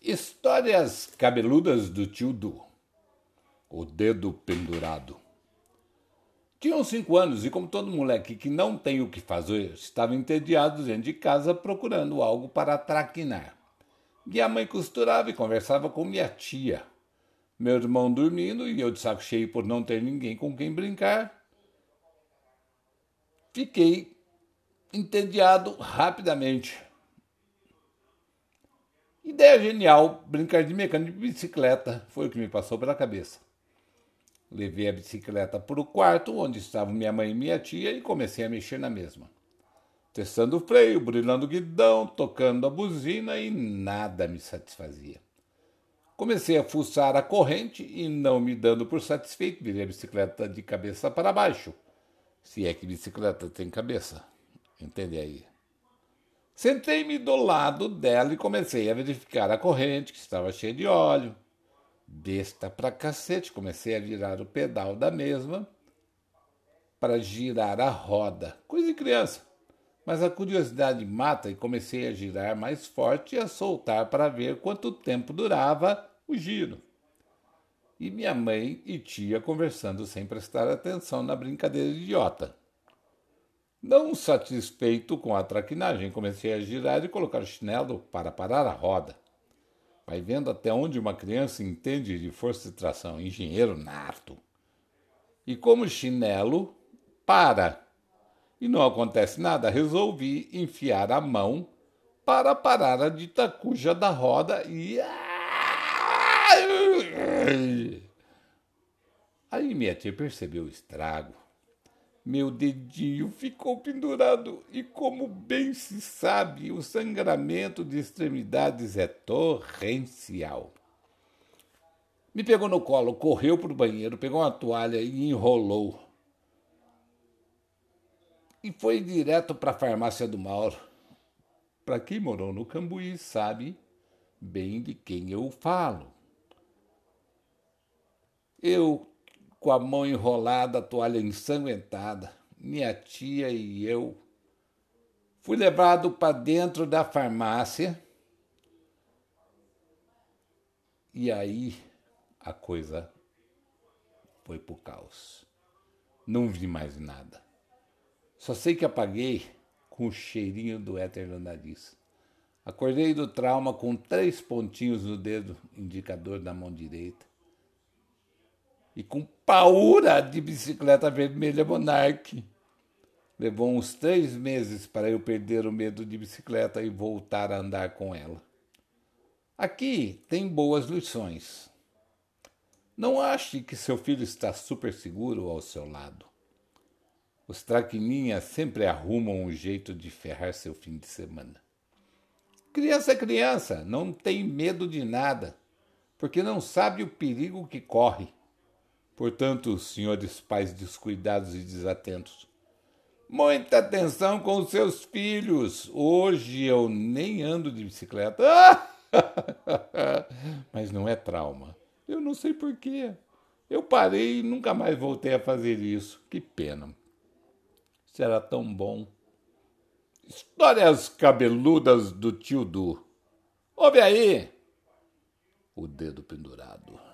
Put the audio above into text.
Histórias cabeludas do tio Du. O dedo pendurado. Tinha uns 5 anos e, como todo moleque que não tem o que fazer, estava entediado dentro de casa procurando algo para traquinar. Minha mãe costurava e conversava com minha tia. Meu irmão dormindo e eu de saco cheio por não ter ninguém com quem brincar. Fiquei entediado rapidamente. Ideia genial, brincar de mecânico de bicicleta, foi o que me passou pela cabeça. Levei a bicicleta para o quarto, onde estavam minha mãe e minha tia, e comecei a mexer na mesma. Testando o freio, brilhando o guidão, tocando a buzina e nada me satisfazia. Comecei a fuçar a corrente e, não me dando por satisfeito, virei a bicicleta de cabeça para baixo. Se é que bicicleta tem cabeça. Entende aí? Sentei-me do lado dela e comecei a verificar a corrente, que estava cheia de óleo. Besta pra cacete, comecei a virar o pedal da mesma para girar a roda. Coisa de criança. Mas a curiosidade mata e comecei a girar mais forte e a soltar para ver quanto tempo durava o giro. E minha mãe e tia conversando sem prestar atenção na brincadeira idiota. Não satisfeito com a traquinagem, comecei a girar e colocar o chinelo para parar a roda. Vai vendo até onde uma criança entende de força de tração, engenheiro nato. E como o chinelo para e não acontece nada, resolvi enfiar a mão para parar a dita cuja da roda e... Aí minha tia percebeu o estrago. Meu dedinho ficou pendurado e, como bem se sabe, o sangramento de extremidades é torrencial. Me pegou no colo, correu para o banheiro, pegou uma toalha e enrolou. E foi direto para a farmácia do Mauro. Para quem morou no Cambuí sabe bem de quem eu falo. Eu, com a mão enrolada, a toalha ensanguentada, minha tia e eu, fui levado para dentro da farmácia e aí a coisa foi pro caos. Não vi mais nada. Só sei que apaguei com o cheirinho do éter no nariz. Acordei do trauma com 3 pontinhos no dedo indicador da mão direita. E com paura de bicicleta vermelha Monarch. Levou uns 3 meses para eu perder o medo de bicicleta e voltar a andar com ela. Aqui tem boas lições. Não ache que seu filho está super seguro ao seu lado. Os traquininhas sempre arrumam um jeito de ferrar seu fim de semana. Criança é criança, não tem medo de nada, porque não sabe o perigo que corre. Portanto, senhores pais descuidados e desatentos, muita atenção com os seus filhos. Hoje eu nem ando de bicicleta. Mas não é trauma. Eu não sei porquê. Eu parei e nunca mais voltei a fazer isso. Que pena. Isso era tão bom. Histórias cabeludas do tio Du. Ouve aí. O dedo pendurado.